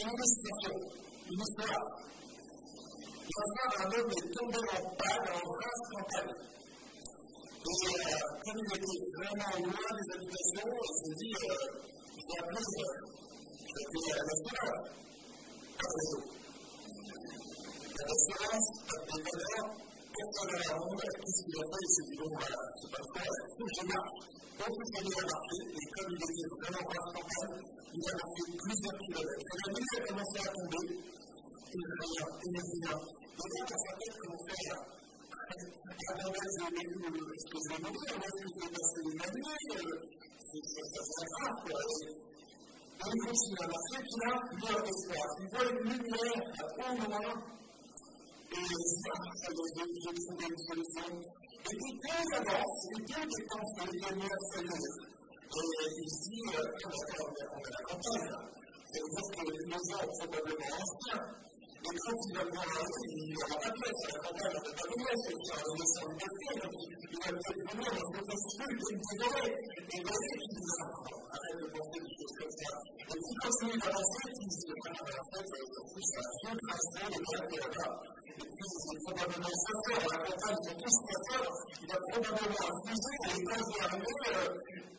une illustration, une histoire. Un soir, un homme est tombé en panne en race campagne. Et comme il était vraiment loin des habitations, il s'est dit je vais appeler l'assureur. L'assurance, des valeurs, personne à la ronde, qu'est-ce qu'il a fait? Il s'est dit bon, voilà, c'est pas trop, il faut que je marche. Donc il s'est mis à marcher, et comme il était vraiment race campagne, il a marché plusieurs kilomètres. Et la nuit a commencé à tomber, et rien, et rien. Et là, dans sa tête, commençait à ce que je vais mourir, est-ce que je vais passer une nuit, ça serait grave, quoi. Et il continue à marcher, puis là, lueur d'espoir. Il voit une lumière à haut loin, et il se dit, ça y est, j'ai trouvé une solution. Et puis, plus il avance, et plus il dépense les lumières s'allument. Et il se dit, on est à la campagne, là. Ça veut dire que les gens sont probablement anciens. Et quand il va voir un truc, il n'aura pas de place à la campagne, on n'a pas de place, il va donner son liberté, donc il va peut-être venir dans une autre il va me dévorer. Et vous voyez qu'il dit, arrête de penser des choses comme ça. Et puis quand il va avancer, il se dit, en fait, ça se trouve, c'est un vieux traçon, les gars, qui est là-bas. Et puis, c'est probablement chasseur, à la campagne, ils sont tous chasseurs, il va probablement un fusil, et quand il va arriver,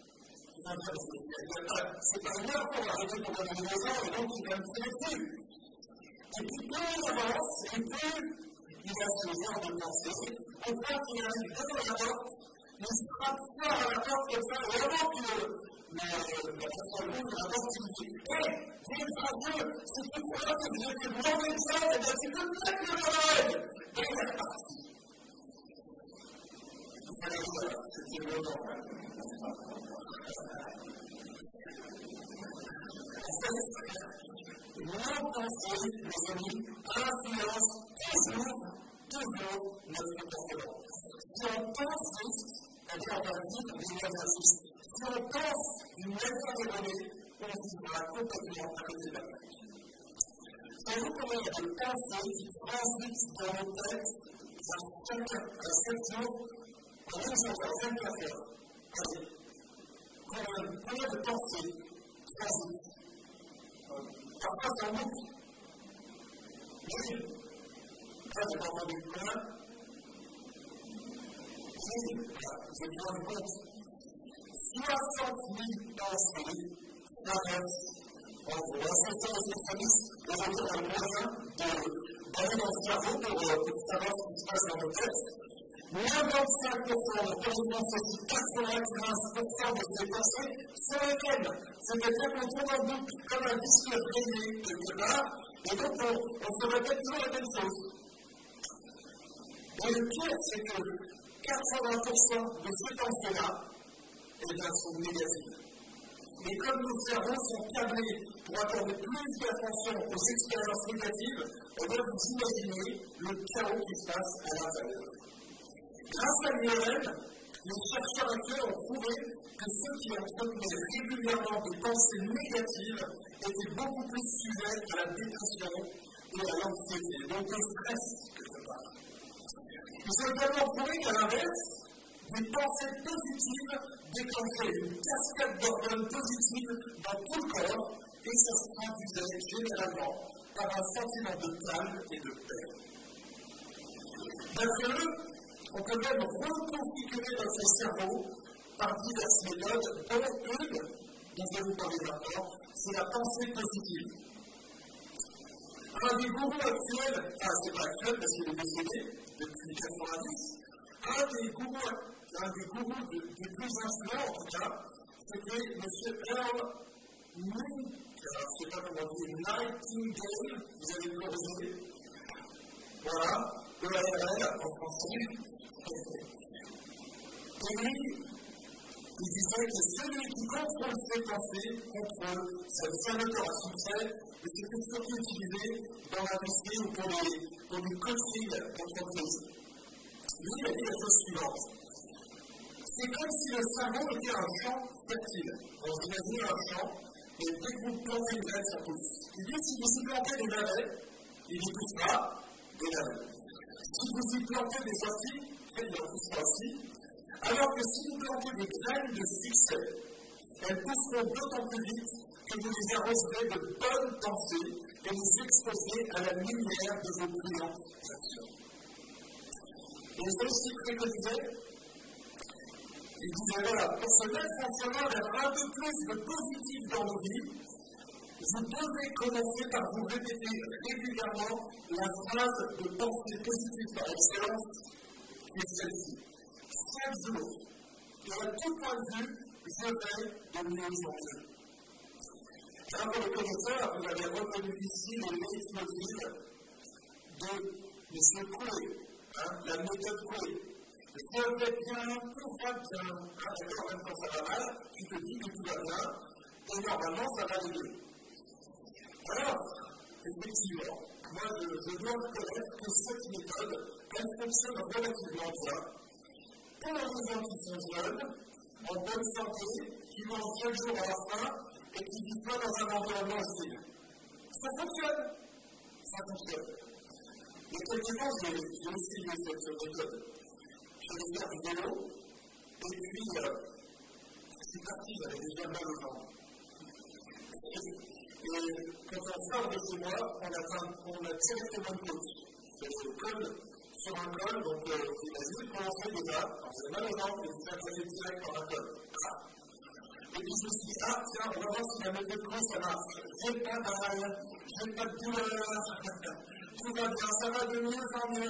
c'est pas bien pour arriver pour donner les gens, et donc il va me tirer dessus. Et puis, plus il avance, et plus il a ce genre de pensée, on voit qu'il arrive devant la porte, il frappe fort à la porte comme ça, et avant que la personne ouvre la porte, il dit hé, viens Dieu, si tu crois que je te demande de ça, eh bien tu peux mettre le oreille. Et il est reparti. Il fallait dire, c'était le moment. Nos pensées, mes amis, influencent toujours notre comportement. Si on pense juste, on va vivre d'une manière juste. Si on pense d'une manière erronée, on vivra complètement à côté de la plaque. Savez-vous combien il y a de pensées qui transitent dans nos têtes à chaque jour, en un jour, en 24 heures? Allez, combien de pensées transitent? Parfois, c'est un boucle. Oui. Ça, j'ai pas entendu combien? Oui. J'ai bien rendu compte. 60 000 pensées traversent en gros. C'est ça les spécialistes, aujourd'hui, on a le moyen d'aller dans le cerveau pour savoir ce qui se passe dans nos têtes. 95%, donc quand je pense aussi 95% de ces pensées sont les mêmes. C'est-à-dire qu'on tourne en boucle comme un disque rayé quelque part, et donc on se répète toujours la même chose. Et le pire, c'est que 80% de ces pensées-là, sont négatives. Et comme nos cerveaux sont câblés pour accorder plus d'attention aux expériences négatives, on va vous imaginer le chaos qui se passe à l'intérieur. Grâce à l'IRM, les chercheurs actuels ont prouvé que ceux qui entretenaient régulièrement des pensées négatives étaient beaucoup plus sujets à la dépression et à l'anxiété, donc au stress, quelque part. Ils ont également prouvé qu'à l'inverse, des pensées positives déclenchaient une cascade d'hormones positives dans tout le corps et ça se traduisait généralement par un sentiment de calme et de paix. D'après eux, on peut même reconfigurer notre cerveau par diverses méthodes, dont une, dont je vais vous parler maintenant, c'est la pensée positive. Un des gourous actuels, enfin c'est pas actuel parce qu'il est décédé depuis 90, un des gourous des plus influents en tout cas, c'était M. Earl Nightingale, je ne sais pas comment dire, Nightingale, vous allez me corriger. Voilà, EARL en français. Et lui, il disait que celui qui contrôle ses pensées contrôle sa méthode à succès, et c'était surtout utilisé dans l'industrie ou pour du coaching d'entreprise. Lui, il a dit la chose suivante. C'est comme si le cerveau était un champ fertile. Donc, imaginez un champ, et dès que vous plantez une graine, ça pousse. Il dit si vous y plantez des navets, il y poussera des navets. Si vous y plantez des orties, il en poussera aussi. Alors que si vous plantez des graines de succès, elles pousseront d'autant plus vite que vous les arroserez de bonnes pensées et les exposerez à la lumière de vos brillantes actions. Et c'est aussi préconisé. Il disait voilà, pour se mettre en chemin vers un peu plus de positif dans nos vies, vous devez commencer par vous répéter régulièrement la phrase de pensée positive par excellence, qui est celle-ci. Chaque jour, et à tout point de vue, je vais de mieux en mieux. Alors pour le connaisseur, vous avez reconnu ici les leitmotivs de M. Coué, la méthode Coué. Je vais bien, tout va bien. D'accord, même quand ça va mal, tu te dis que tout va bien, et normalement ça va aller mieux. Alors, effectivement, moi je dois reconnaître que cette méthode, elle fonctionne relativement bien pour les gens qui sont jeunes, en bonne santé, qui mangent chaque jour à la faim et qui vivent pas dans un environnement hostile. Ça fonctionne. Ça fonctionne. Il y a quelques temps, j'ai essayé cette méthode. Je vais faire du vélo, et puis je suis parti, j'avais déjà mal aux jambes. Et quand on sort de chez moi, on a directement une côte. C'est le col sur un col, donc imagine comment on fait déjà. Alors j'ai mal aux jambes, et je fais un trajet direct par un col. Et puis je me suis dit, tiens, on va voir si la méthode Coué, ça marche. J'ai pas mal, j'ai pas de douleur, tout va bien, ça va de mieux en mieux.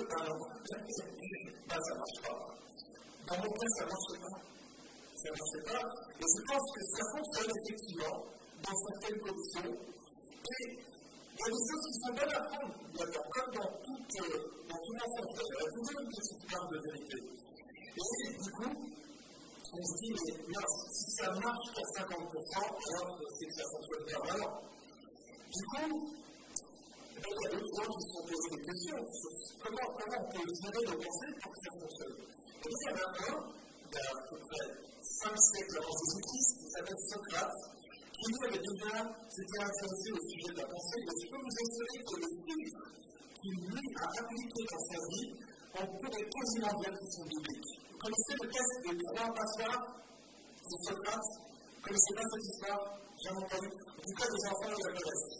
Ça ne marche pas. Dans mon cas, ça ne marchait pas. Ça ne marchait pas. Et je pense que ça fonctionne effectivement dans certaines conditions. Et il y a des choses qui sont bonnes à prendre, d'accord, comme dans tout l'ensemble. Il y a toujours une petite part de vérité. Et du coup, on se dit, mais mince, si ça marche qu'à 50%, alors c'est que ça fonctionne bien vraiment. Du coup, il y a d'autres gens qui se sont posés des questions sur comment on peut gérer nos pensées pour que ça fonctionne. Et puis il y en a un, il y a à peu près 5 siècles avant Jésus-Christ, qui s'appelle Socrate, qui lui avait déjà s'était intéressé au sujet de la pensée. Et je peux vous assurer que le filtre qu'il lui a appliqué dans sa vie, on pourrait quasiment dire qu'ils sont bibliques. Vous connaissez le test des 3 passoires de Socrate? Vous ne connaissez pas cette histoire? Jamais entendu. En tout cas, les enfants la connaissent.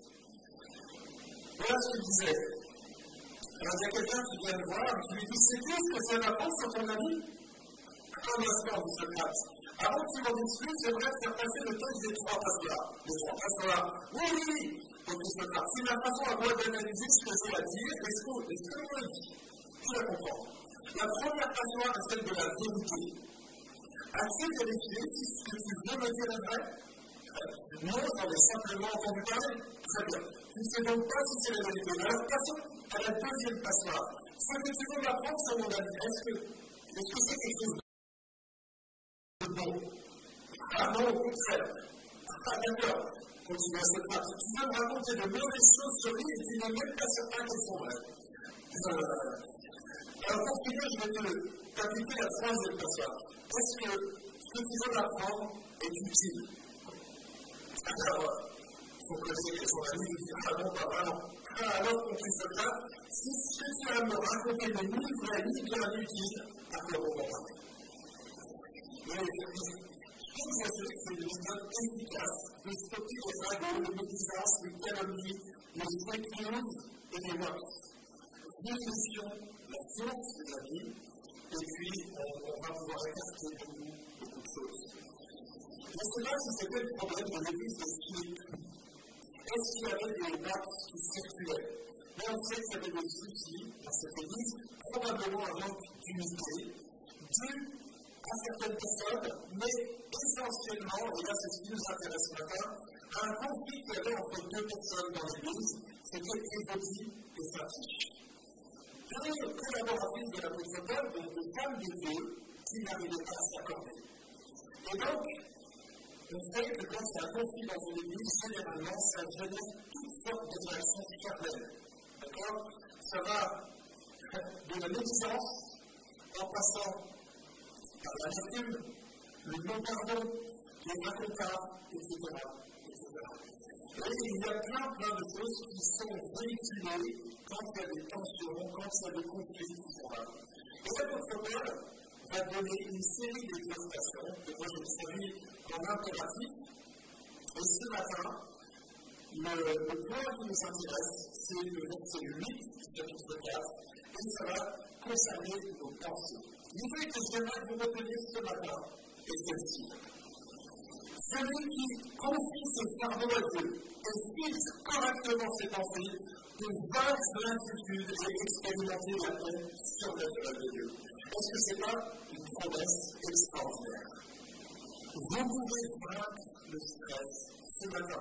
Voilà ce qu'il disait. Alors, il y a quelqu'un qui vient le voir et qui lui dit, sais-tu ce que ça m'apporte sur ton ami? Un instant, dit Socrate. Avant que tu m'en dises plus, j'aimerais te faire passer le test des 3 passoires. Les 3 passoires. Oui. Donc, Socrate, c'est ma façon à moi d'analyser ce que j'ai à dire. Est-ce que vous le dites? Tu la comprends. La première passoire est celle de la vérité. As-tu vérifié si ce que tu veux me dire est vrai? Non, j'en ai simplement entendu parler. Très bien. Tu ne sais donc pas si c'est la vérité. Alors, passons à la deuxième passoire. Ce que tu veux m'apprendre sur mon ami, est-ce que c'est quelque chose de bon? Non, au contraire. D'accord. Continue à cette phrase. Tu veux me raconter de mauvaises choses sur lui et tu n'es même pas certain qu'elles sont vraies. Alors, pour finir, je vais t'appliquer la troisième passoire. Est-ce que ce que tu veux m'apprendre est utile? Alors, il faut connaître son ami et dire, non, pas vraiment. Alors, conclut Socrate, si ce que tu vas me raconter n'est ni vrai ni bien utile, à quoi bon m'en parler? Mais je peux vous assurer que c'est une méthode efficace de stopper les ragots, les médisances, les calomnies, les fake news et les mobs. Vérifions la source des amis, et puis on va pouvoir écarter beaucoup de choses. Je ne sais pas si c'était le problème de l'église de Philippe. Est-ce qu'il y avait des wax qui circulaient? Mais on sait qu'il y avait des soucis dans cette église, probablement un manque d'unité, dû à certaines personnes, mais essentiellement, et là c'est ce qui nous intéresse ce matin, à un conflit qu'il y avait entre 2 personnes dans l'église, c'était Évodie et Syntyche. 2 collaboratrices de l'apôtre Paul, donc des femmes de Dieu, qui n'arrivaient pas à s'accorder. Et donc, on sait que quand il y a un conflit dans une église, généralement, ça génère toutes sortes de réactions charnelles. D'accord? Ça va de la médisance, en passant par l'amertume, le non-pardon, les racontards, etc. Et il y a plein de choses qui sont véhiculées quand il y a des tensions, quand il y a des conflits qui sont là. Et l'apôtre Paul va donner une série d'exhortations que moi j'ai traduit en impératif. Et ce matin, Le point qui nous intéresse, c'est le verset 8 du chapitre 4, et ça va concerner nos pensées. L'idée que j'aimerais que vous reteniez ce matin est celle-ci. Celui qui confie ses fardeaux à Dieu et fixe correctement ses pensées peut vaincre l'inquiétude et expérimenter la paix surnaturelle de Dieu. Est-ce que ce n'est pas une promesse extraordinaire? Vous pouvez vaincre le stress ce matin.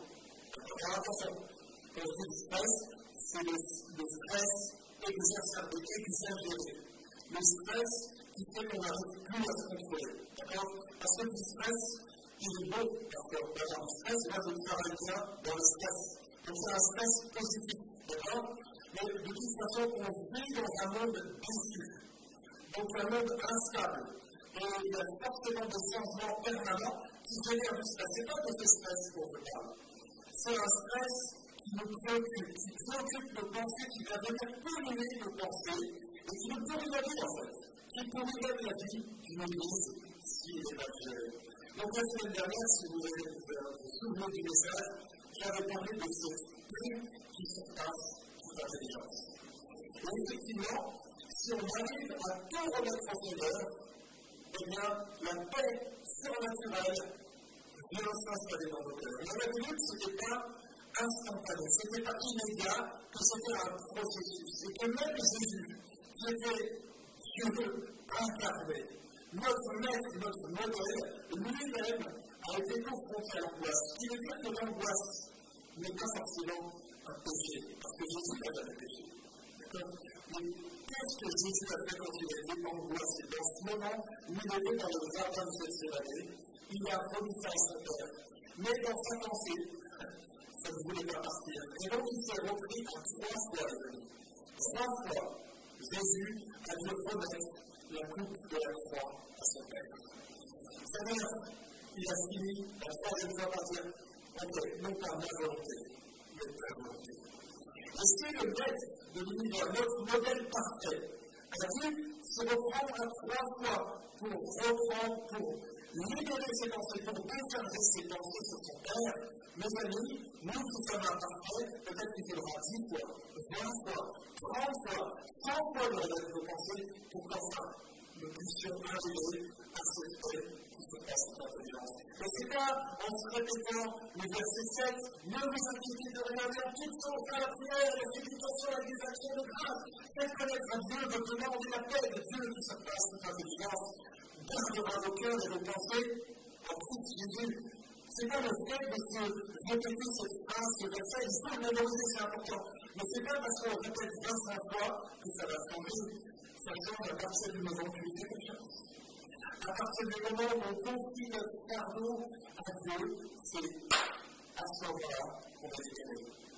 Alors attention, quand je dis stress, c'est le stress exacerbé, exagéré. Le stress qui fait qu'on n'arrive plus à se contrôler. D'accord? Parce que le stress, il est beau. Parce que dans le stress, moi je travaille bien dans le stress. Donc c'est un stress positif. D'accord? Mais de toute façon, on vit dans un monde déçu. Donc un monde instable. Et il y a forcément des changements permanents qui génèrent du stress. Ce n'est pas de ce stress qu'on veut parler. C'est un stress qui nous préoccupe, qui préoccupe nos pensées, qui va venir polluer nos pensées, et qui nous pourrit la vie en fait, qui pourrit même la vie d'une église s'il n'est pas géré. Donc la semaine dernière, si vous vous souvenez du message, j'avais parlé de cette paix qui surpasse toute intelligence. Et effectivement, si on arrive à tout remettre en Seigneur, eh bien, la paix surnaturelle vient s'installer dans nos cœurs. On a vu que ce n'était pas instantané, ce n'était pas immédiat, que c'était un processus. Et que même Jésus, qui était Dieu incarné, notre maître, notre modèle, lui-même a été confronté à l'angoisse. Ce qui veut dire que l'angoisse n'est pas forcément un péché, parce que Jésus n'a jamais péché. D'accord? Mais qu'est-ce que Jésus a fait quand il était angoissé? Dans ce moment où il était dans le jardin de Gethsémani, il a remis ça à son père. Mais dans sa pensée, ça ne voulait pas partir. Et donc il s'est repris à 3 fois, les amis. 3 fois, Jésus a dû remettre la coupe de la croix à son père. C'est-à-dire, il a fini la 3e fois par dire, ok, non pas ma volonté, mais ta volonté. Et si le maître de l'univers, notre modèle parfait, a dû se reprendre à 3 fois pour reprendre, pour libérer ses pensées, pour décharger ses pensées sur son père, mes amis, nous qui sommes imparfaits, peut-être qu'il faudra 10 fois, 20 fois, 30 fois, 100 fois de remettre nos pensées pour qu'enfin nous puissions arriver à cette paix qui surpasse toute intelligence. Mais ce n'est pas en se répétant le verset 7, ne vous inquiétez de rien, mais en toute chose à la prière, la supplication et des actions de grâce, faites connaître à Dieu votre nom et la paix de Dieu qui surpasse toute intelligence. Gardera nos cœurs et nos pensées en Christ Jésus. Ce n'est pas le fait de se répéter cette phrase, ce verset, il faut le mémoriser, c'est important. Mais ce n'est pas parce qu'on répète 25 fois que ça va changer. Ça change à partir du moment où tu lui fais confiance. À partir du moment où on confie notre fardeau à Dieu, c'est à ce moment-là qu'on va libérer.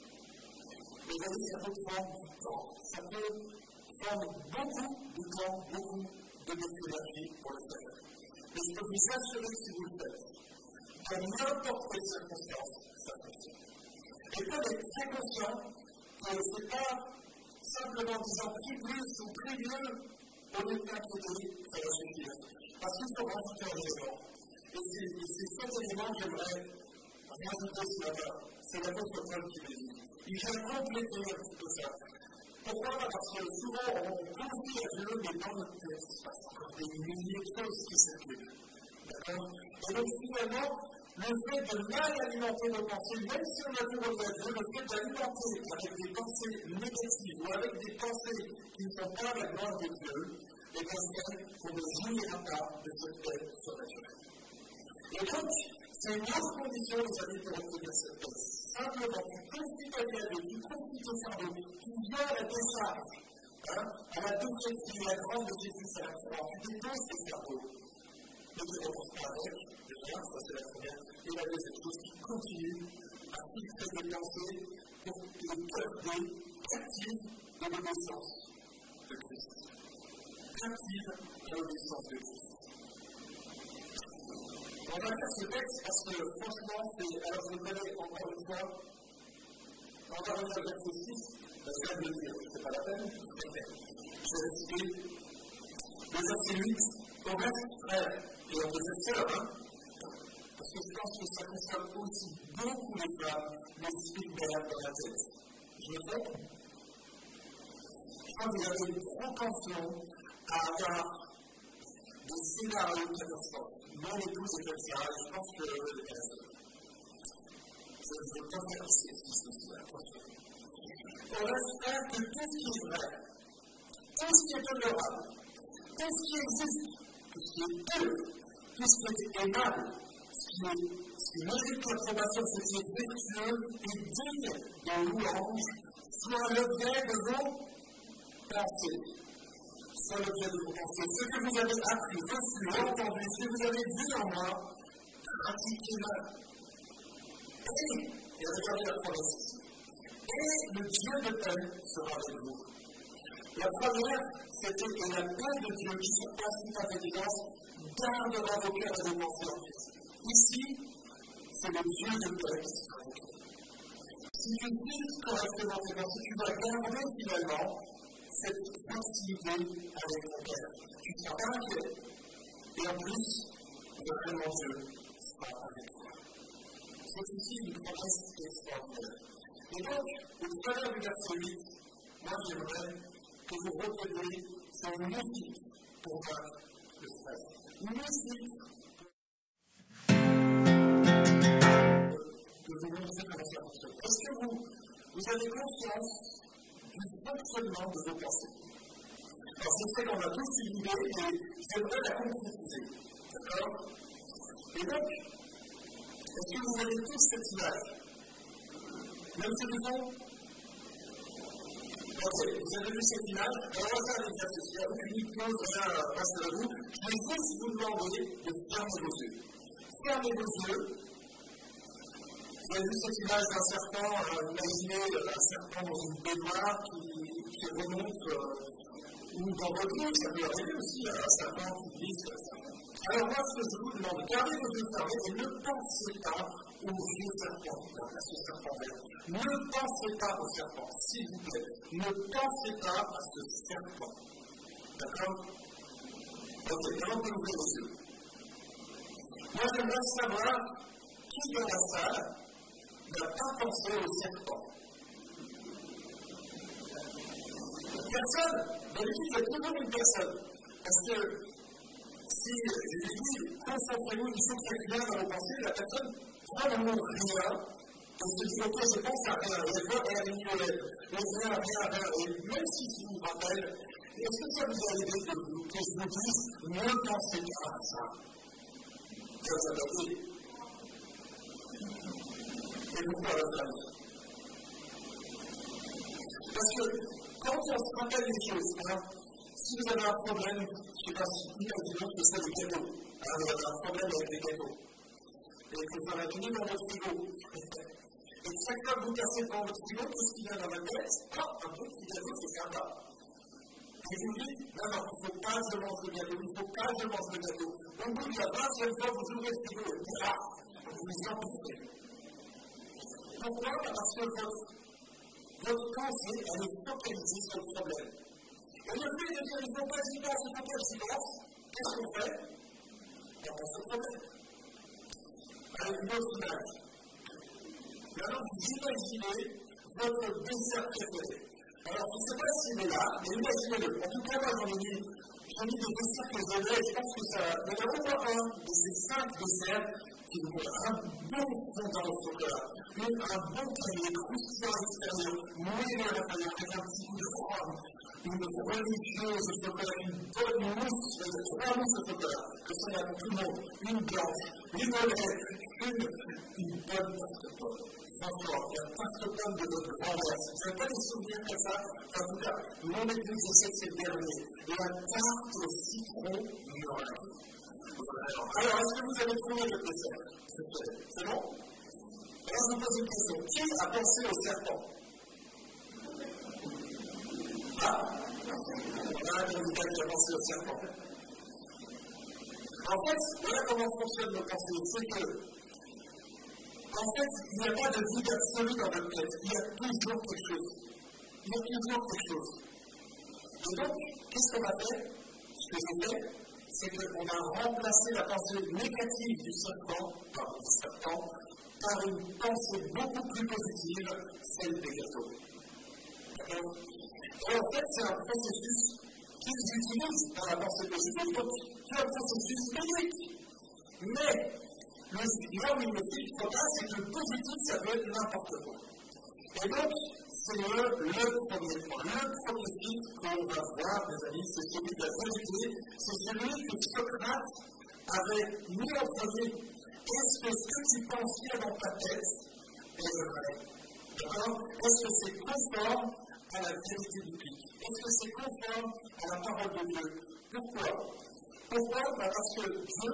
Mais voyez, ça peut prendre du temps. Ça peut prendre beaucoup de temps, beaucoup de notre énergie pour le faire. Mais je peux vous assurer que si vous le faites, dans n'importe quelle circonstance, ça fonctionne. Et peut être très conscient que ce n'est pas simplement en disant prie plus ou prie mieux, au lieu de t'inquiéter, ça va suffire. Parce qu'il faut rajouter un élément. Et c'est cet élément que j'aimerais rajouter ce matin. C'est l'apôtre Paul qui le dit. Il vient compléter un petit peu ça. Pourquoi? Parce que souvent on confie à Dieu, mais dans notre tête, il se passe encore des milliers de choses qui circulent. D'accord? Et donc finalement, le fait de mal alimenter nos pensées, même si on a tout remis à Dieu, le fait d'alimenter avec des pensées négatives ou avec des pensées qui ne sont pas la gloire de Dieu, et bien c'est qu'on ne jouira pas de cette paix surnaturelle. Et donc, c'est une autre condition, les amis, pour obtenir cette paix. Simplement, tu confies ta vie à Dieu, tu confies ton fardeau, tu viens à la décharge, à la décharge, la grande de Jésus à la croix, tu déposes tes fardeaux. Mais tu ne repenses pas avec, déjà, ça c'est la première. Et la deuxième chose, tu continues à fixer tes pensées pour les garder captives de l'obéissance de Christ. Captives de l'obéissance de Christ. On va faire ce texte parce que franchement, alors je le connais encore une fois, on va revenir au verset 6, parce que je vais le dire, c'est pas la peine. Je vais citer le verset 8, on reste frère, et on peut dire sœur, parce que je pense que ça concerne aussi beaucoup les femmes, les Spielberg dans la tête. Je me trompe? Je crois que vous avez une propension à avoir des scénarios de catastrophe. Mon épouse est comme ça, et je pense que je ne veux pas faire ceci, attention. On espère que tout ce qui est vrai, tout ce qui est honorable, tout ce qui est juste, tout ce qui est pur, tout ce qui est aimable, ce qui mérite l'approbation, ce qui est vertueux et digne de louange, soit l'objet de vos pensées. Soit l'objet de vos pensées. Ce que vous avez appris, reçu, entendu, ce que vous avez vu en moi, pratiquez-le. Et regardez la promesse ici. Et le Dieu de paix sera avec vous. La première, c'était que la paix de Dieu qui surpasse toute intelligence gardera vos cœurs et vos pensées en Christ. Ici, c'est le Dieu de paix qui sera avec vous. Si tu vis correctement tes pensées, tu vas garder finalement cette proximité avec ton Père. Tu ne seras pas inquiet. Et en plus, vraiment Dieu sera avec toi. C'est ici une promesse extraordinaire. Et donc, au travers du verset 8, moi j'aimerais que vous reteniez cette musique pour vaincre le stress. Une musique de vous montrer comment ça fonctionne. Est-ce que vous avez conscience du fonctionnement de vos pensées? Alors, je sais qu'on a tous une idée et j'aimerais la concrétiser. D'accord? Et donc, est-ce que vous avez tous cette image? Même ceux qui font? Ok, vous avez vu cette image? Alors, on va faire l'exercice. Il n'y a aucune hypnose, rien face à vous. Je vais juste vous demander de fermer vos yeux. Fermez vos yeux. Vous avez vu cette image d'un serpent, imaginez un serpent dans une baignoire qui remonte, ou dans votre lit, ça peut arriver aussi, un serpent qui glisse comme ça. Alors moi, ce que je vous demande, gardez vos yeux fermés et ne pensez pas au vieux serpent, à ce serpent vert. Ne pensez pas au serpent, s'il vous plaît. Ne pensez pas à ce serpent. D'accord? Ok, maintenant vous ouvrez vos yeux. Moi, j'aimerais savoir qui dans la salle n'a pas pensé au serpent. Personne. D'habitude, il y a toujours une personne. Parce que si je lui dis, concentrez-vous une chose dans vos pensées, la personne prend le mot rien et se dit, ok, je pense à rien. Elle voit rien, rien. Et même si je vous rappelle, est-ce que ça vous a aidé que je vous dise, ne pensez pas à ça? Ça vous a aidé. Et pourquoi la famille? Parce que quand on se rappelle les choses, si vous avez un problème, je ne sais pas si imaginons que c'est le gâteau. Vous avez un problème avec les gâteaux. Et que vous en avez mis dans votre frigo. Et chaque fois que vous passez devant votre frigo, tout ce qui vient dans votre tête, un petit gâteau, c'est sympa. Et vous dites, non, il ne faut pas que je mange le gâteau, il ne faut pas que je mange le gâteau. Au bout de la 20e fois, vous ouvrez le frigo et vous vous empouffrez. Pourquoi? Parce que votre pensée, elle est focalisée sur le problème. Et le fait de dire, il ne faut pas que j'y pense, qu'est-ce qu'on fait? On pense au problème. Avec une autre image. Maintenant, vous imaginez votre dessert préféré. Alors, je ne sais pas s'il est là, mais imaginez-le. En tout cas, moi, j'en ai mis des desserts que j'aimais, et je pense que ça. Il y en a au moins un de ces 5 desserts qui vous donnent un bon fondant au chocolat, un bon cahier croustillant à l'extérieur, moelleux à l'intérieur, avec un petit coup de froid, une religieuse au chocolat, une bonne mousse, 3 mousses au chocolat, que ça y a pour tout le monde, une blanche, une au lait, une bonne tarte pomme. Franchement, il y a une tarte pomme de votre grand-mère. Vous n'avez pas des souvenirs comme ça? En tout cas, mon épouse, je sais que c'est le dernier. Et la tarte au citron meringue. Alors, est-ce que vous avez trouvé le dessert? C'est bon? Alors, je vous pose une question. Qui a pensé au serpent? On a un candidat qui a pensé au serpent. En fait, voilà comment fonctionnent nos pensées. C'est que, en fait, il n'y a pas de vide absolu dans notre tête. Il y a toujours quelque chose. Il y a toujours quelque chose. Et donc, qu'est-ce qu'on a fait? Ce que j'ai fait, c'est qu'on a remplacé la pensée négative du serpent par une pensée beaucoup plus positive, celle des gâteaux. D'accord ? Et en fait, c'est un processus qu'ils utilisent dans la pensée positive, donc c'est un processus bénéfique. Mais là où il ne filtre pas, c'est que le positif, ça peut être n'importe quoi. Et donc, c'est le premier point. Le premier filtre qu'on va voir, mes amis, c'est celui de la vérité, c'est celui que Socrate avait mis en premier. Est-ce que ce que tu penses qu'il y a dans ta tête est vrai? D'accord? Est-ce que c'est conforme à la vérité biblique? Est-ce que c'est conforme à la parole de Dieu? Pourquoi? Parce que Dieu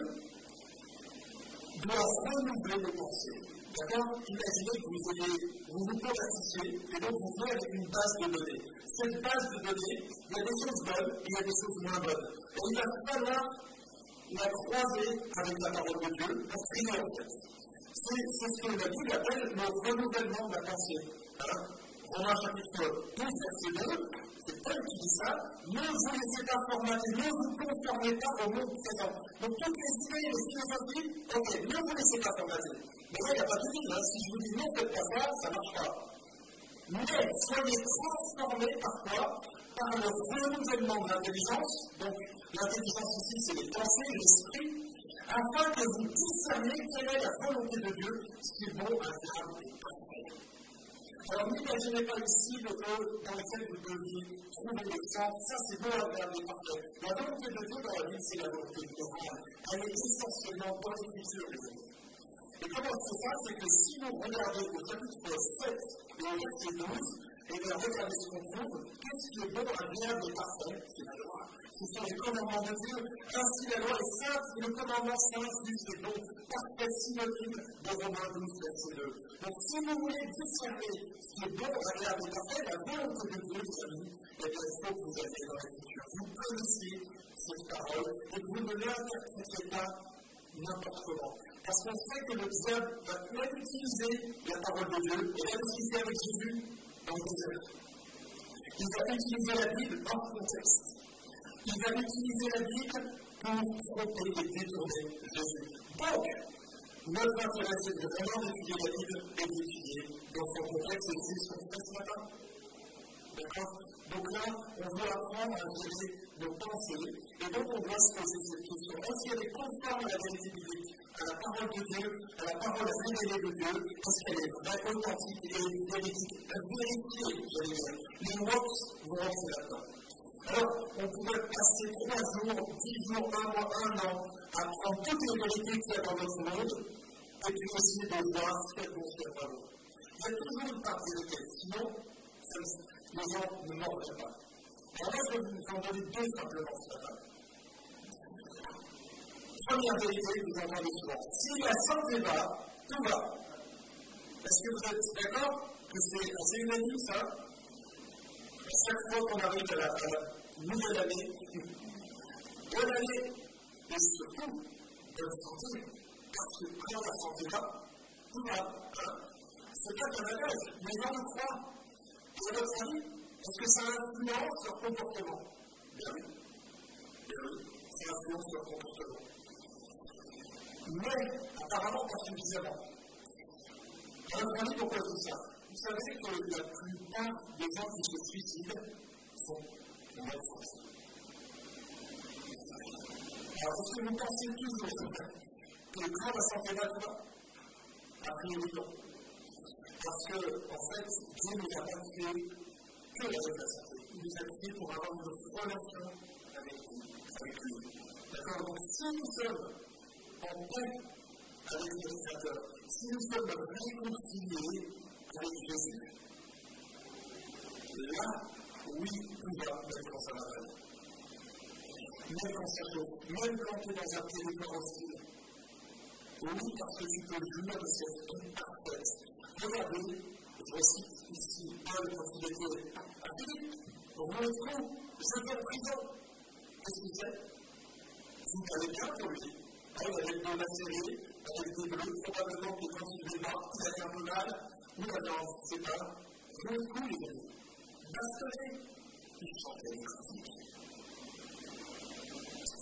doit renouveler nos pensées. D'accord? Imaginez que vous convertissiez et donc vous venez avec une base de données. Cette base de données, il y a des choses bonnes et il y a des choses moins bonnes. Et il va falloir la croiser avec la parole de Dieu pour trier en fait. C'est ce que la Bible appelle le renouvellement de la pensée. Hein? Romains chapitre 12, verset 2, c'est Paul qui dit ça. Ne vous laissez pas formater, ne vous conformez pas au monde présent. Donc toutes les idées et les philosophies, ok, ne vous laissez pas formater. Mais là, il n'y a pas de limite. Si je vous dis non, faites pas ça, ça ne marche pas. Mais soyez transformés par quoi? Par le renouvellement de l'intelligence. Donc l'intelligence ici, c'est les pensées, l'esprit, afin que vous discerniez quelle est la volonté de Dieu, ce qui est bon, agréable et parfait. Alors n'imaginez pas ici le rôle dans lequel vous deviez trouver le centre. Ça, c'est bon, agréable et parfait. La volonté de Dieu dans la Bible, c'est la volonté morale. Elle est essentiellement dans l'Écriture, les amis. Et comment c'est ça? C'est que si vous regardez au chapitre 7 et au verset 12, et bien regardez ce qu'on trouve, qu'est-ce qui est bon, agréable et parfait? C'est la loi. Ce sont les commandements de Dieu. Ainsi, la loi est sainte et le commandement saint, juste et bon, parfait, synonyme de Romains 12, verset 2. Donc, si vous voulez discerner ce qui est bon, agréable et parfait, la volonté de Dieu, les amis, eh bien, il faut que vous alliez dans l'Écriture. Vous connaissiez cette parole et que vous ne l'interprétez pas n'importe comment. Parce qu'on sait que le diable va même utiliser la parole de Dieu, et là, ce qu'il fait avec Jésus dans le désert. Il va utiliser la Bible hors contexte. Il va utiliser la Bible pour tromper et détourner Jésus. Donc, notre intérêt, c'est de vraiment d'étudier la Bible et d'étudier dans son contexte, et c'est ce qu'on fait ce matin. D'accord? Donc là, on veut apprendre à gérer nos pensées, et donc on doit se poser cette question. Est-ce qu'elle est conforme à la vérité biblique, à la parole de Dieu, à la parole révélée de Dieu? Est-ce qu'elle est vraie, authentique et véridique? Vérifiée, j'allais dire. Les WOPS vont rentrer là-dedans. Alors, on pourrait passer 3 jours, 10 jours, 1 mois, 1 an à prendre toutes les vérités qu'il y a dans notre monde et puis essayer de voir ce qu'elles vont faire vraiment. Il y a toujours une part de vérité, sinon les gens ne mordent pas. Alors là, je vais vous en donner 2 simplement ce matin. Première vérité que vous entendez souvent. Si la santé va, tout va. Est-ce que vous êtes d'accord que c'est assez unanime ça? Chaque fois qu'on arrive à la nouvelle année, bonne année, et surtout, bonne santé, parce que quand la santé va, tout va. C'est pas qu'un bagage, mais on le croit. Et à votre avis, est-ce que ça influence leur comportement? Bien oui. Ça influence leur comportement. Mais, apparemment, pas suffisamment. À votre avis, pourquoi je dis ça? Vous savez que la plupart des gens qui se suicident sont en bonne santé. Alors, est-ce que vous pensez toujours que quand la santé va, tout va? A priori, non. Parce que, en fait, Dieu ne nous a pas fait que la santé. Il nous a fait pour avoir une relation avec lui. D'accord? Donc, si nous sommes en paix avec le Créateur, si nous sommes réconciliés avec Jésus, là, oui, tout va, même quand ça va mal. Même quand ça chauffe, même quand tu es dans un territoire hostile. Oui, parce que tu peux jouir de cette vie parfaite. Regardez, je cite ici Paul quand il était à Philippe, pour vous être con, jeté en prison. Qu'est-ce qu'il fait? Tout allait bien pour lui. Il avait le dos lacéré, avec des bleus, probablement que quand il est mort, il avait un peu mal, ou la viande, je ne sais pas. Vous êtes con, les amis. Bastonné, il chantait les critiques.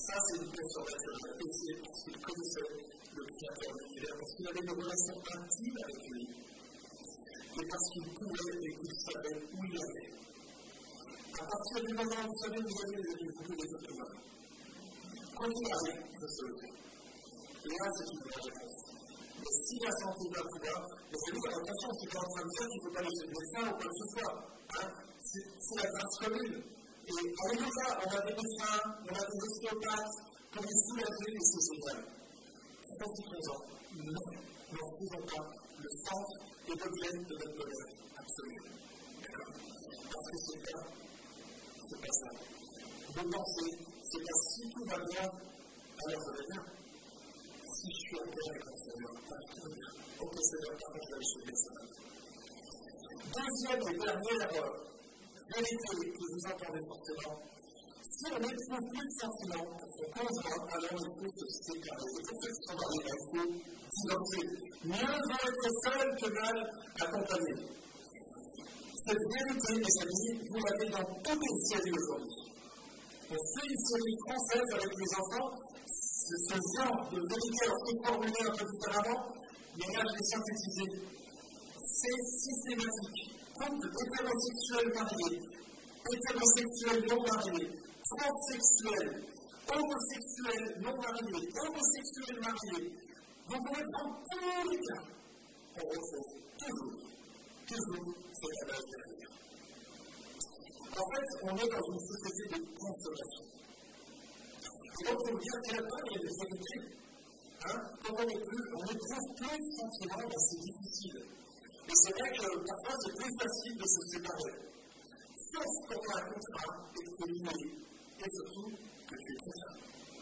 Ça, c'est une question naturelle. Et c'est parce qu'il connaissait le Créateur de l'univers, parce qu'il avait une relation intime avec lui, et parce qu'il pouvait et qu'il savait où il allait. À partir du moment où vous savez où vous allez, vous pouvez les êtres humains. Quand il arrive, je sais. Et là, c'est une vraie réponse. Mais si la santé va pouvoir, vous allez dire, attention, c'est pas en train de dire qu'il ne faut pas aller chez le médecin ou quoi que ce soit. Hein? C'est la grâce commune. Et alléluia, on a des médecins, on a des ostéopathes pour les soulager et c'est génial. Profitons-en. Non, n'en faisons pas le centre et l'objet de notre bonheur absolu. D'accord? Parce que c'est pas ça. Vos pensées, c'est pas si tout va bien, alors ça va bien. Si je suis en paix avec mon Seigneur, tout va bien. Ok, Seigneur, par contre, je vais aller chez le médecin. Deuxième et dernière vérité que vous entendez forcément, si on n'éprouve plus de sentiments pour son conjoint, alors il faut se séparer. C'est pour ceux qui sont dans les il faut divorcer. Mieux vaut être seul que mal accompagné. Cette vérité, mes amis, vous l'avez dans toutes les séries aujourd'hui. On suit une série française avec les enfants, c'est ce genre de vérité, alors c'est formulé un peu différemment, mais là je l'ai synthétisé. C'est systématique. Couple hétérosexuel marié, hétérosexuel non marié, transsexuel, homosexuel non marié, homosexuel marié. Donc on va prendre tous les cas. On retrouve toujours cette adage derrière. En fait, on est dans une société de consommation. Et donc, il faut dire qu'à la fin, il y a des vérités. Quand on n'éprouve plus de sentiments, c'est difficile. Et c'est vrai que parfois, c'est plus facile de se séparer. Sauf quand on a un contrat et que tu es lié. Et surtout, que tu es chrétien.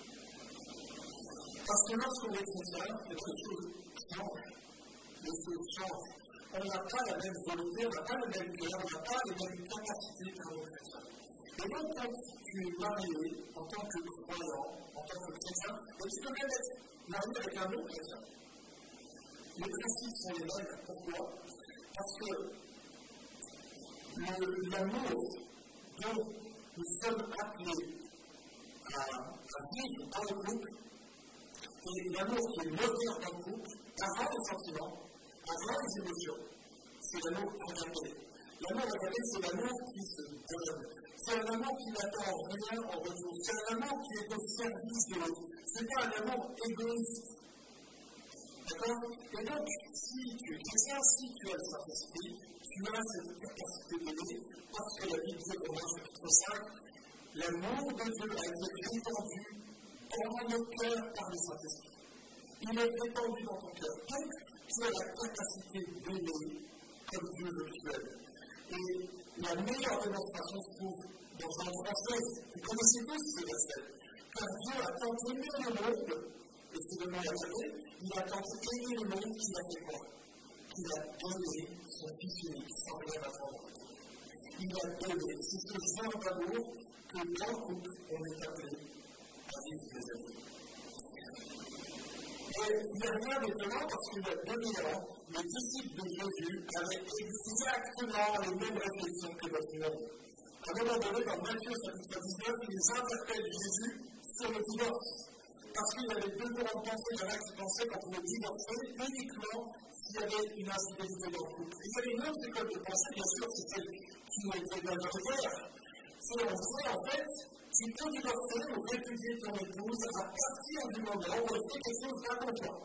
Parce que lorsqu'on est chrétien, les choses changent. Les choses changent. On n'a pas la même volonté, on n'a pas le même cœur, on n'a pas les mêmes capacités pour nos chrétiens. Et donc, quand tu es marié en tant que croyant, en tant que chrétien, et tu peux même être marié avec un autre chrétien. Les principes sont les mêmes. Pourquoi? Parce que l'amour dont nous sommes appelés à vivre dans le couple, et l'amour qui est moteur d'un couple, avant les sentiments, avant les émotions, c'est l'amour agapé. L'amour agapé, c'est l'amour qui se donne. C'est un amour qui n'attend rien en retour. C'est un amour qui est au service de l'autre. Ce n'est pas un amour égoïste. D'accord? Et donc, si tu es chrétien, si tu as le Saint-Esprit, tu as cette capacité d'aimer, parce que la Bible dit, Romains chapitre 5, l'amour de Dieu a été répandu dans nos cœurs par le Saint-Esprit. Il est répandu dans ton cœur. Donc, tu as la capacité d'aimer comme Dieu veut que tu aimes. Et la meilleure démonstration se trouve dans Jean 3:16. Vous connaissez tous ce verset. Car Dieu a tant aimé le monde, et c'est le mot agapé, il a tant aimé le monde qu'il a fait quoi? Qu'il a donné son Fils unique, sans rien attendre. Il a donné. C'est ce genre d'amour que dans le couple, on est appelé à vivre, les amis. Et il n'y a rien d'étonnant parce qu'il y a 2000 ans, les disciples de Jésus avaient exactement les mêmes réflexions que notre monde. À un moment donné, dans Matthieu chapitre 19, ils interpellent Jésus sur le divorce. Parce qu'il y avait deux courants de pensée. Il y en a qui pensaient qu'on pouvait divorcer uniquement s'il y avait une infidélité dans le couple. Il y avait une autre école de pensée, bien sûr, c'est celle qui était majoritaire. C'est on disait en fait, tu peux divorcer ou répudier ton épouse à partir du moment où elle fait quelque chose d'inconvenant.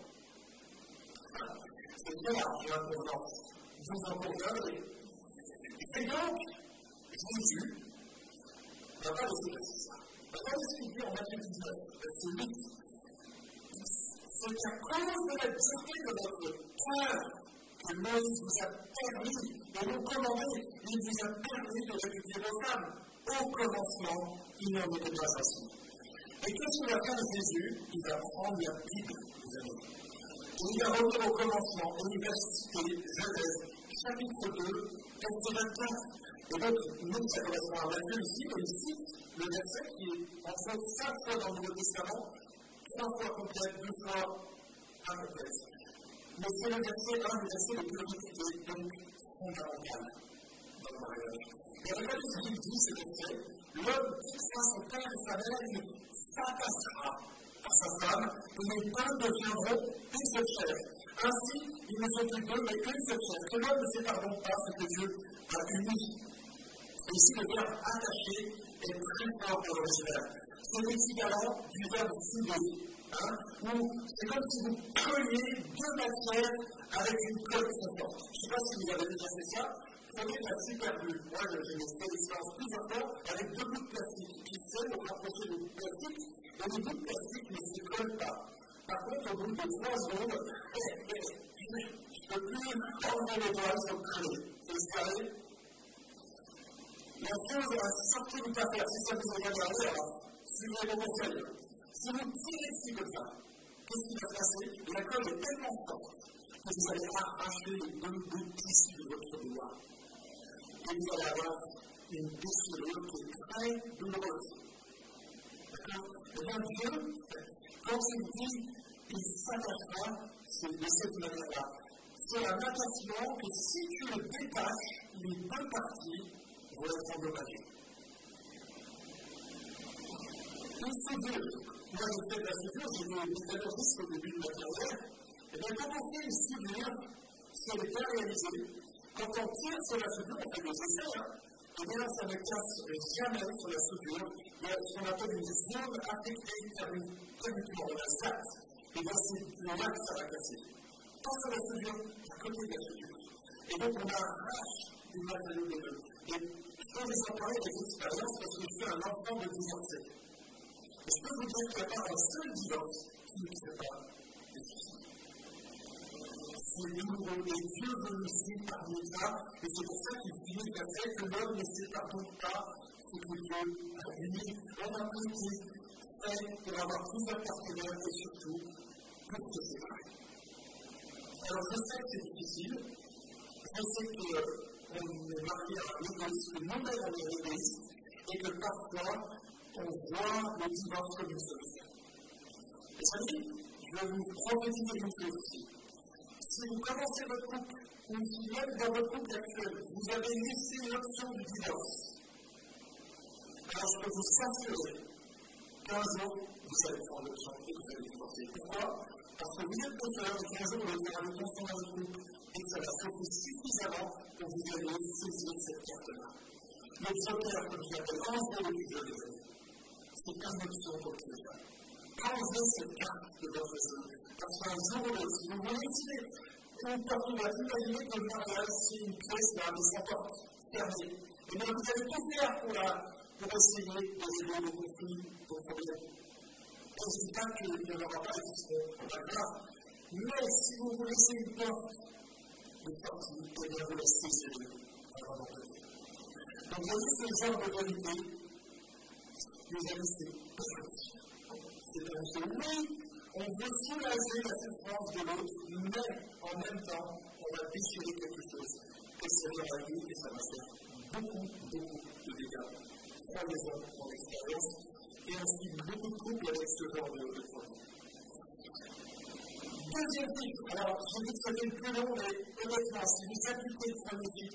C'est bien large, l'inconvenance. Vous en conviendrez. Et donc, Jésus n'a pas laissé passer ça. Regardez ce qu'il dit en Matthieu 19, verset 8. C'est à cause de la dureté de votre cœur que Moïse vous a permis, et non commandé, il vous a permis de répudier vos femmes. Au commencement, il n'en était pas ainsi. Et qu'est-ce qu'il va faire de Jésus? Il va prendre la Bible, les amis. Et il va revenir au commencement, et il va citer Genèse, chapitre 2, verset 24. Et donc, nous, ça correspond à Matthieu ici, mais il cite le verset qui est entre 5 fois dans le Nouveau Testament, 3 fois complète, 2 fois incomplète. Mais c'est le verset, un des versets les plus réputés, donc fondamental dans le mariage. Et regardez ce qu'il dit, ce verset. L'homme quittera son père et sa mère, il s'attachera à sa femme, et les deux deviendront une seule chair. Ainsi, ils ne sont plus deux, mais une seule chair. Que l'homme ne sépare donc pas ce que Dieu a uni. Et ici, le verbe attaché est très fort dans l'original. C'est l'équivalent du verbe souder. Où c'est comme si vous colliez deux matières avec une colle très forte. Je ne sais pas si vous avez déjà fait ça. Prenez de la superglue. Moi, j'ai fait l'expérience plusieurs fois avec deux bouts de plastique qui essaient de rapprocher le plastique. Et les bouts de plastique ne se collent pas. Par contre, au bout de 3 secondes, je ne peux plus enlever les doigts, ils sont collés. C'est escalé. La chose à surtout ne pas faire, si ça vous a regardé, alors suivez mon conseil. Si vous tirez ici comme ça, qu'est-ce qui va se passer? La colle est tellement forte que vous allez arracher les deux bouts de tissu de votre doigt. Et vous allez avoir une déchirure qui est très douloureuse. D'accord? Et bien Dieu, quand il dit il s'attachera, c'est de cette manière-là. C'est un attachement que si tu le détaches, les deux parties vont être endommagées. Une soudure. Moi, j'ai fait de la soudure, j'ai vu des métallurgistes au début de ma carrière. Et bien, quand on fait une soudure, c'est bien réalisé. Quand on tire sur la soudure, on fait des essais, et bien, ça ne casse jamais sur la soudure. Il y a ce qu'on appelle une zone affectée thermiquement, on a ça. Et bien, c'est là que ça va casser. Pas sur la soudure, à côté de la soudure. Et donc, on arrache du matériau des deux. Et je peux vous en parler des expériences parce que je suis un enfant de divorcé. Et je peux vous dire qu'il n'y a pas un seul divorce qui ne crée pas des soucis. C'est douloureux et Dieu veut nous séparer de ça. Et c'est pour ça qu'il finit par dire que l'homme ne sépare donc pas ce que Dieu a uni. On a été fait pour avoir plusieurs partenaires et surtout pour se séparer. Alors je sais que c'est difficile. Je sais qu'on est marié à un égoïste, que nous-mêmes on est égoïste et que parfois on voit le divorce comme une solution. Et ça dit, je vais vous prophétiser une chose aussi. Si vous commencez votre couple, ou si même dans votre couple actuel, vous avez laissé l'option du divorce, alors je peux vous assurer qu'un jour, vous allez prendre l'option et vous allez divorcer. Pourquoi? Parce que vous êtes pécheur et qu'un jour, vous allez faire une tension dans votre couple et que ça va chauffer suffisamment pour que vous ayez saisir cette carte-là. Le joker, comme je l'appelle, enlever depuis que je l'ai donné. C'est pas une option pour tous les gens. Enlevez cette carte de votre jeu. Parce qu'un jour ou l'autre, si vous voulez essayer, une partie va imaginer que le mariage, c'est une pièce de sa porte fermée. Et bien, vous allez tout faire pour essayer de régler le conflit, vos problèmes. Et je ne dis pas qu'il n'y en aura pas qui seront pas graves. Mais si vous vous laissez une porte de sortie, eh bien, vous la saisirez avant d'entrer. Donc, vous voyez ce genre de vérité. Mes amis, c'est positif. C'est un jeu. Oui, on veut soulager la souffrance de l'autre, mais en même temps, on va déchirer quelque chose que c'est réalisé et ça va faire beaucoup de dégâts. Croyez-en en expérience et ainsi beaucoup de couples avec ce genre de produit. Deuxième titre, alors j'ai dit que c'était le plus long, mais honnêtement, si vous appliquez le premier titre,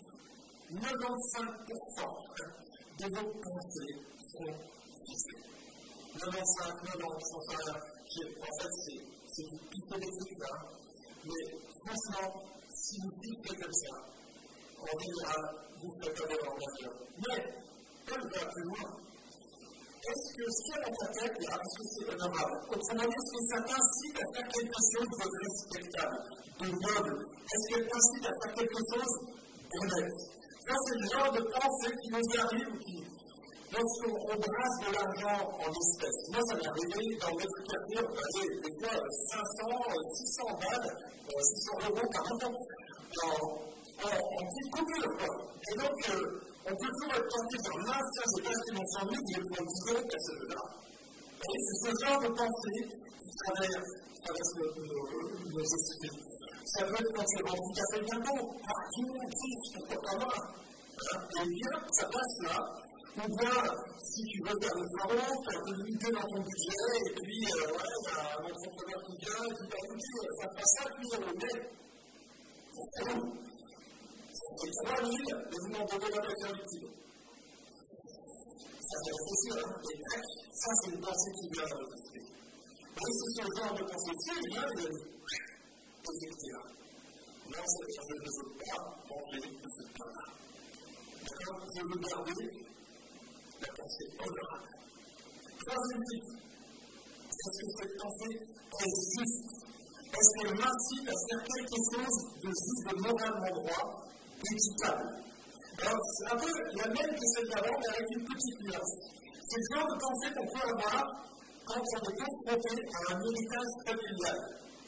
95% de vos pensées sont fixées. 95, 90, enfin, en fait, c'est du psychométrique là. Mais franchement, si vous fixez comme ça, en général, vous faites avoir en avion. Mais, elle va plus loin. Est-ce que ce qu'il y a dans ta tête, là, est-ce que c'est honorable? Autrement dit, est-ce que ça t'incite à faire quelque chose de respectable, de noble? Est-ce qu'elle t'incite à faire quelque chose d'honnête? Ça, c'est le genre de pensée qui nous arrive, lorsqu'on brasse de l'argent en espèces. Moi, ça m'est arrivé dans notre quartier, on avait des fois 500, 600 balles, 600 euros par an, en petite coupure, quoi. Et donc, on peut toujours être tenté de dire, mince, tiens, j'ai pas acheté mon 100 000, je vais prendre 10 euros pour celle-là. Et c'est ce genre de pensée qui traverse nos esprits. Ça peut être quand tu es rendu café bientôt, tout le monde triche, pourquoi pas moi? Et bien, ça passe là. Ou bien, si tu veux faire des travaux, tu as limité dans ton budget, et puis, il y a un entrepreneur qui vient, et qui va vous dire, ça fera 5 000 euros net. C'est où? Ça fait 3 000, et vous m'en donnez la voiture liquide. ça fait réfléchir, et tac, ça c'est une pensée qui vient dans votre esprit. Et c'est ce genre de pensée-ci, il vient de effectuer. Non, je ne veux pas manger de ce pain-là. D'accord? Je veux garder la pensée honorable. Troisième type. Est-ce que cette pensée est juste? Est-ce qu'elle m'incite à faire quelque chose de juste, de moralement droit, d'équitable? Alors, c'est un peu la même que celle d'avant, mais avec une petite nuance. C'est le genre de pensée qu'on peut avoir quand on est confronté à un héritage familial.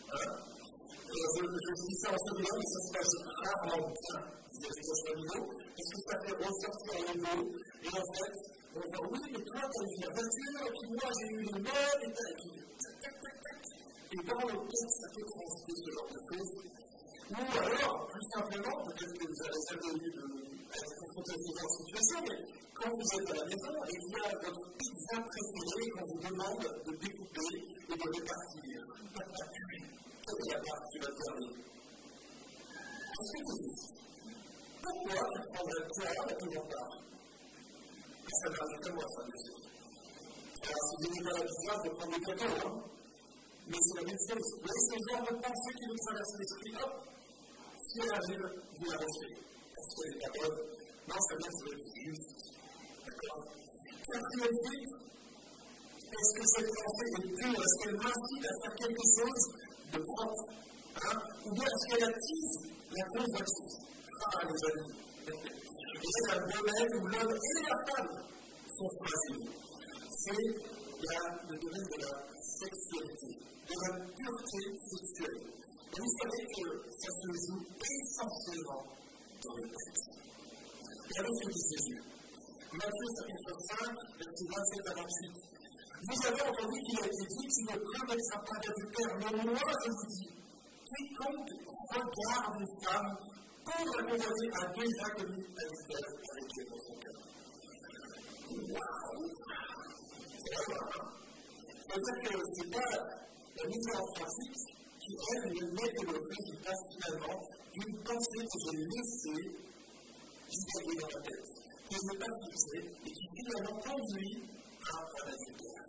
Je dis ça en celui-là, mais ça se passe rarement bien vis-à-vis familiaux, parce que ça fait ressortir les mots, et en fait, on va oui, mais toi, tu as eu la voiture, et puis moi, j'ai eu les meubles, et puis et dans le texte, ça peut transiter ce genre de choses. Ou alors, plus simplement, peut-être que vous avez jamais eu à être confronté à ce genre de situation, mais quand vous êtes à la maison et qu'il y a votre pizza préférée qu'on vous demande de découper et de répartir. Quelle est la part qui va terminer? Est-ce que c'est juste? Pourquoi tu prendrais toi la plus grande part? Ça m'arrive comme moi, ça, bien sûr. Alors, si vous n'avez pas la pizza, je vais prendre des cadeaux, mais c'est la même chose. Vous voyez ce genre de pensée qui vous traverse l'esprit, hop, si elle arrive, vous la rejetez. Est-ce qu'elle est pas bonne? Non, ça vient de être juste. D'accord? Quatrième type, est-ce que cette pensée est pure? Est-ce qu'elle m'incite à faire quelque chose de propre? Ou bien est-ce qu'elle attise la convoitise? Ah, les amis. Et c'est un domaine où l'homme et la femme sont fragiles. C'est le domaine de la sexualité, de la pureté sexuelle. Et vous savez que ça se joue essentiellement dans le texte. Regardez ce que dit Jésus. Matthieu chapitre 5, versets 27 à 28. Vous avez entendu qu'il a été dit, tu ne commettras pas d'adultère, mais moi je vous dis, quiconque regarde une femme pour la convoiter a déjà commis l'adultère avec Dieu dans son cœur. Waouh! C'est vrai, c'est-à-dire que ce n'est pas la mise en pratique qui, elle, ne met que le résultat finalement d'une pensée que j'ai laissée divaguer dans la tête, que je n'ai pas fixée et qui finalement conduit à l'adultère.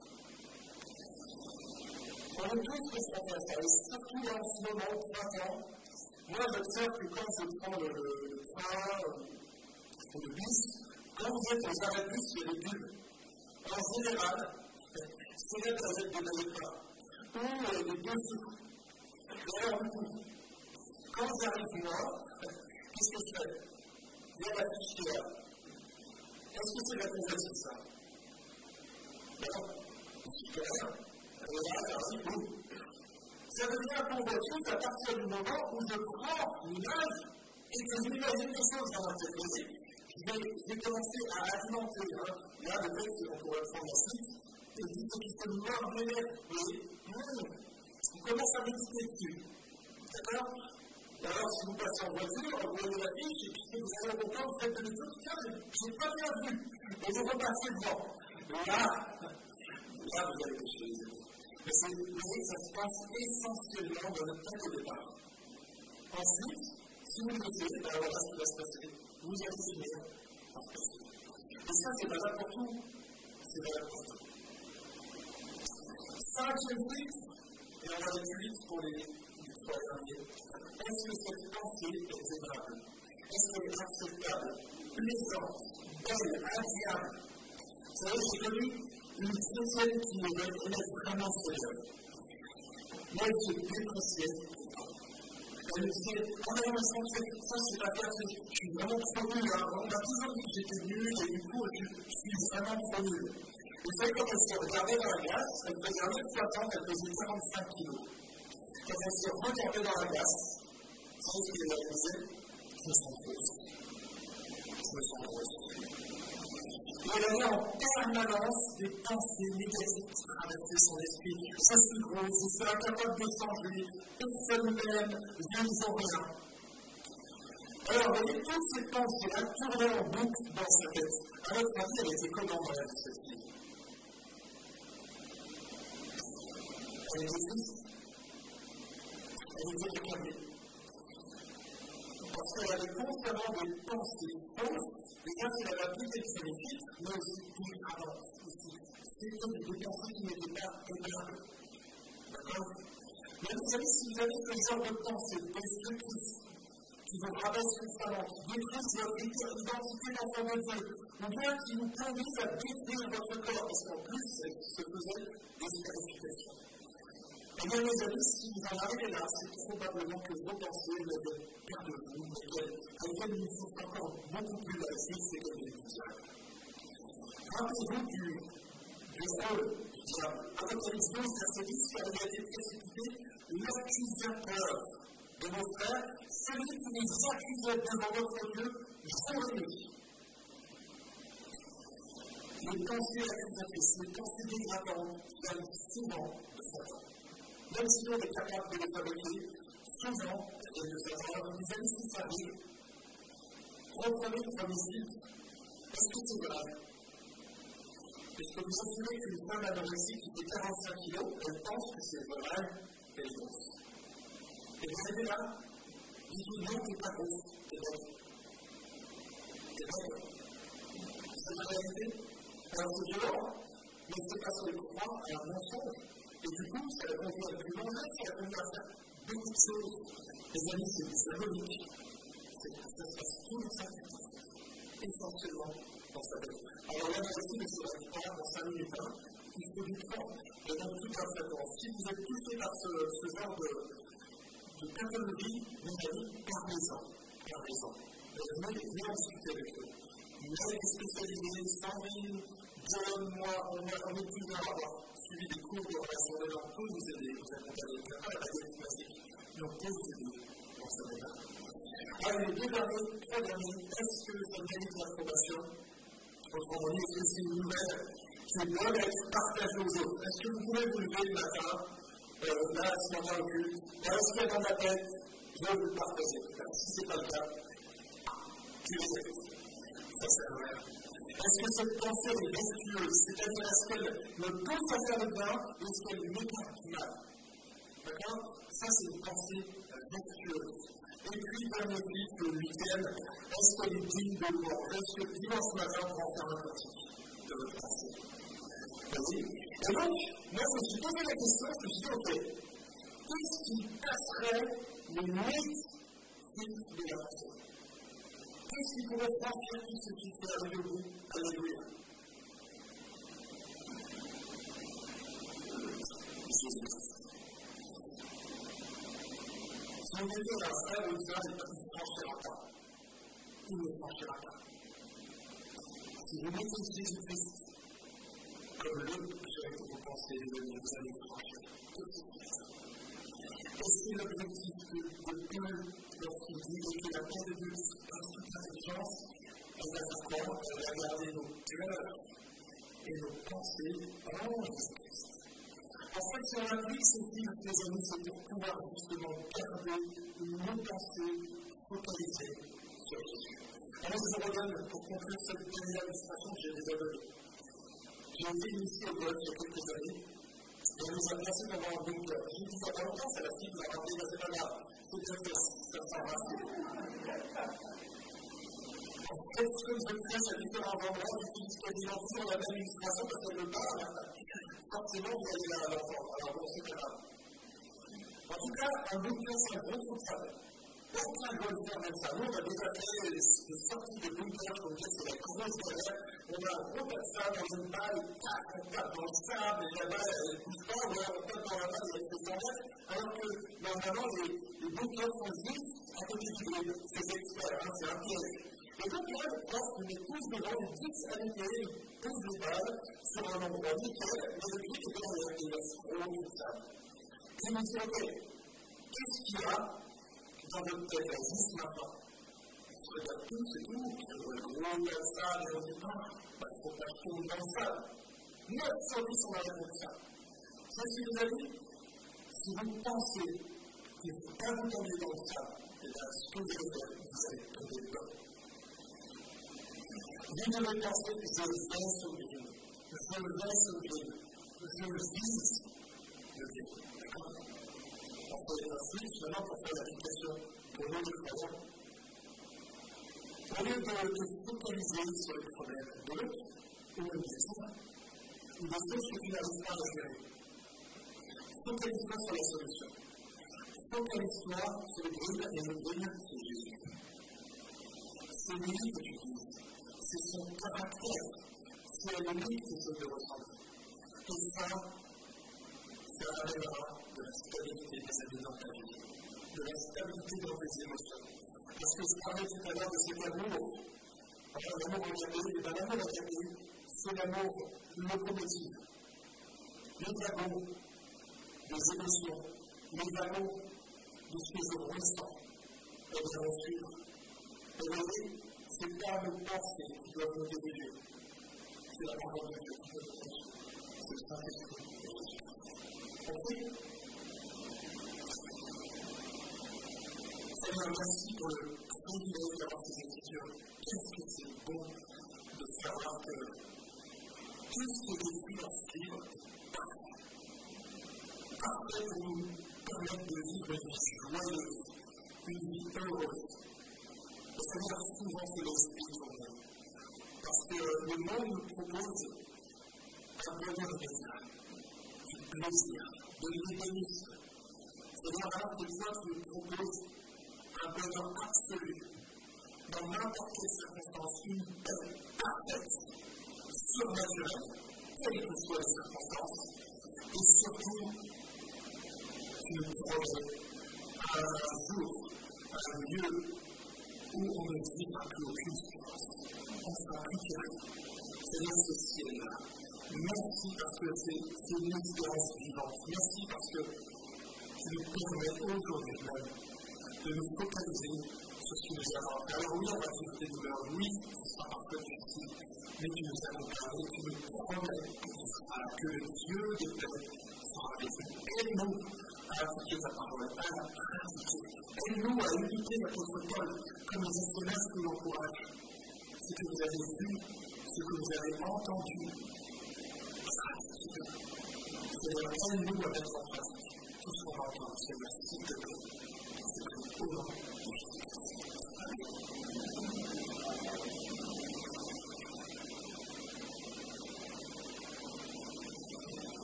On est tous confrontés à ça, et surtout en ce moment, au printemps, moi j'observe que quand je prends le train ou le bus, quand vous êtes aux arrêts de bus, il y a des bulles. En général, c'est là avec des maillots pas, ou des dessous. Et alors, du coup, quand j'arrive moi, qu'est-ce que je fais? Il y a la fiche qui est là. Est-ce que c'est la convoitise, ça? Non, je ne rien. Là, j'arrive, boum. Ça devient convoitise à partir du moment où je prends l'image et que je m'imagine des choses dans ma tête. Je vais commencer à alimenter. Là, le texte, on pourrait prendre la suite. Et dit ce qui se mord les lèvres. On commence à méditer dessus. D'accord? Alors, si vous passez en voiture, vous voyez la fiche, et puis vous allez au temps, vous faites demi-tour, tiens, je n'ai pas bien vu. Et vous repassez devant. Là, vous allez pêcher les amis. Mais vous voyez que ça se passe essentiellement dans notre tête au départ. Ensuite, si vous le faites, voilà ce qui va se passer. Vous allez finir par passer. Et ça, c'est valable pour tout. C'est valable pour tout. Cinquième type, et on va aller vite pour les trois derniers. Est-ce que cette pensée est aimable? Est-ce qu'elle est acceptable, plaisante, belle, agréable? Vous savez, j'ai connu une chrétienne qui me reconnaît vraiment sérieuse. Moi, elle se dépréciait. Elle me disait, ah non, mais ça, c'est pas faire, je suis vraiment trop nul. On m'a toujours dit que j'étais nul, et du coup, je suis vraiment trop nul. Vous savez, quand elle se regardait dans la glace, elle faisait 1m60, elle pesait 45 kg. Quand elle se regardait dans la glace, vous savez ce qu'elle disait? Je me sens grosse. Je me sens grosse. Et elle avait en permanence des pensées négatives qui traversaient son esprit. Je suis grosse, je suis incapable de changer, personne m'aime, je ne vaux rien. Alors, vous voyez, toutes ces pensées-là tournaient en boucle dans sa tête. À votre avis, elle était comment dans la vie de cette fille? Elle était triste. Elle était réclamée. Parce qu'elle avait constamment des pensées fausses et bien qu'il avait appliqué une bénéfique, mais aussi dégradante. C'était des pensées qui n'étaient pas aimables. D'accord? Mais mes amis, si vous avez ce genre de pensée destructrice, qui vous rabaisse constamment, qui détruisent votre identité d'enfant de Dieu, ou bien qui vous conduisent à détruire votre corps, parce qu'en plus, se faisait des scarifications. Eh bien, mes amis, si vous en arrivez là, c'est probablement que vos pensées ne viennent pas de vous, mais qu'elles viennent d'une source encore beaucoup plus basique, c'est comme les diable. Rappelez-vous du rôle du diable. Apocalypse 12, verset 10, car il a été précipité l'accusateur de nos frères, celui qui nous accusait devant notre Dieu jour et nuit. Les pensées accusatrices, les pensées dégradantes viennent souvent de Satan. Même si on est capable de les fabriquer, souvent elles viennent de Satan. Alors, mes amis, si ça arrive, reprenez le premier site. Est-ce que c'est vrai? Est-ce que vous assumez qu'une femme anorexique qui fait 45 kilos, elle pense que c'est vrai qu'elle pense? Et vous êtes là, dites-vous non, t'es pas grosse, t'es vrai. T'es vrai. C'est la réalité. Alors c'est violent, mais c'est parce qu'elle croit à un mensonge. Et du coup, ça la conduit à plus manger, ça la conduit à faire beaucoup de choses. Les amis, c'est diabolique. Ça se passe tout dans sa tête, essentiellement dans sa tête. Alors là, aussi, ne se règle pas dans 5 minutes. Il faut du temps. Et donc, tout un traitement. Si vous êtes touché par ce genre de pathologie, mes amis, parlez-en. Parlez-en. Venez en discuter avec eux. Vous êtes spécialisés, Sandrine, John, moi, on est plusieurs à avoir suivi des cours de relation d'aide. On peut vous aider, vous accompagner. Il n'y a pas la baguette magique, mais on peut vous aider dans ce domaine-là. Alors, les 2 derniers, 3 derniers, est-ce que ça mérite l'approbation? Autrement dit, est-ce que c'est une nouvelle qui est bonne à être partagée aux autres? Est-ce que vous pouvez vous lever le matin, là, à ce moment occulte, est-ce qu'il y a dans ma tête, je veux vous le partager? Si ce n'est pas le cas, tu les écoutes. Ça sert à rien. Est-ce que cette pensée est vertueuse? C'est-à-dire, est-ce qu'elle me pousse à faire le bien ou est-ce qu'elle m'écarte du mal? D'accord? Ça, c'est une pensée vertueuse. Et puis, dernier livre, le 8e, est-ce qu'elle est digne de louange? Est-ce que dimanche matin, on va en faire un critique de votre pensée? Vas-y. Et donc, moi, je me suis posé la question, je me suis dit, ok, qu'est-ce qui passerait le 8 de la pensée? Qu'est-ce qui pourrait franchir tout ce qui fait arriver au bout? Alléluia. Jésus-Christ. Si on était un frère ou une sœur, il ne franchira pas. Il ne franchira pas. Si vous mettez Jésus-Christ comme l'objet que vous pensez, vous allez franchir tout ce qui est. Et c'est l'objectif de Paul lorsqu'il dit que la paix de Dieu passe toute intelligence, elle va faire quoi? Elle va garder nos cœurs et nos pensées en Jésus-Christ. En fait, si on applique ces films, mes amis, c'est pour pouvoir justement garder nos pensées focalisées sur Jésus. Alors, je vous redonne pour conclure cette dernière illustration que j'ai déjà donnée. J'ai été initié au golf il y a quelques années. Et on nous a placés devant un bunker. Je vous dis, il y a pas longtemps, c'est la fille qui vous a rappelé, mais c'est pas grave. C'est bien que ça s'en rassure. En fait, ce que je fais, à différents endroits, j'utilise quasiment toujours la même illustration parce qu'elle me parle. Forcément, vous allez la l'entendre. Alors bon, c'est pas grave. En tout cas, un bunker, c'est un gros trou de sable. Aucun golfeur même ça. Nous, on a déjà fait des sorties de bunker, comme c'est la grosse galère. On a un gros tas de sable dans une balle, on tape dans le sable, et la balle, elle ne bouge pas, ou alors on tape dans la balle, elle fait 100 mètres, alors que normalement, les bunkers sont juste à côté du green. C'est exprès, c'est un piège. Et donc là, le prof, on est tous devant les 10 alignés, il pose les balles sur un endroit nickel, mais le green est derrière, il reste trop haut de sable. Et je me dis, ok, qu'est-ce qu'il y a dans votre tête, là, juste maintenant? On se regarde tout, c'est tout, puis on voit le gros tas de sable, et on dit, non, il ne faut pas que je tourne dans le sable. 9 sur 10, on a répondu ça. C'est ce que vous avez dit. Si vous pensez qu'il ne faut pas vous tomber dans le sable, et bien, ce que vous allez faire, vous allez tomber dedans. Vous devez penser que je vais sauver, je vais sauver, je vise le bien. D'accord? On fait un switch maintenant pour faire l'application pour nous les croyants. Au lieu de te focaliser sur les problèmes de l'autre, ou même des tiens, ou des choses que tu n'arrives pas à gérer, focalise-toi sur la solution. Focalise-toi sur le bril, et le bril, c'est Jésus. C'est lui que tu vises. C'est son caractère. C'est à lui que tu veux te ressembler. Et ça amènera de la stabilité des amis dans ta vie, de la stabilité dans tes émotions. Parce que je parlais tout à l'heure de cet amour. Enfin, l'amour acadé, et bien l'amour acadé, c'est l'amour locomotive. Les wagons des émotions, les wagons de ce que je ressens, et bien on suivre. Et vous voyez, ce n'est pas nos pensées qui doivent nous diriger. C'est la parole de Dieu qui doit nous diriger. C'est le Saint-Esprit. Compris? Seigneur, merci pour le privilège d'avoir ces écritures. Qu'est-ce que c'est bon de savoir que tout ce qui est écrit dans ce livre est parfait pour nous permettre de vivre une vie joyeuse, une vie heureuse. Et Seigneur, souvent c'est l'esprit pour nous. Parce que le monde nous propose un bonheur immédiat, du plaisir, de l'hédonisme. Seigneur, alors que toi tu nous proposes un bonheur absolu, dans n'importe quelle circonstance, une paix parfaite, surnaturelle, quelles que soient les circonstances, et surtout, tu nous promets un jour, un lieu où on ne vivra plus aucune souffrance, on sera plus guéri. Seigneur, ce ciel-là, merci parce que c'est une espérance vivante, merci parce que tu nous permets aujourd'hui même de nous focaliser sur ce qui nous avance. Alors oui, on va vivre des douleurs, oui, ce sera parfois difficile, mais tu nous accompagnes et tu nous promets que le Dieu des paix sera avec nous. Aide-nous à appliquer ta parole, à la pratiquer. Aide-nous à imiter l'apôtre Paul comme les SMS que l'encourage. Ce que vous avez vu, ce que vous avez entendu, pratiquez. Seigneur, aide-nous à mettre en pratique tout ce qu'on entend. Seigneur, s'il te plaît.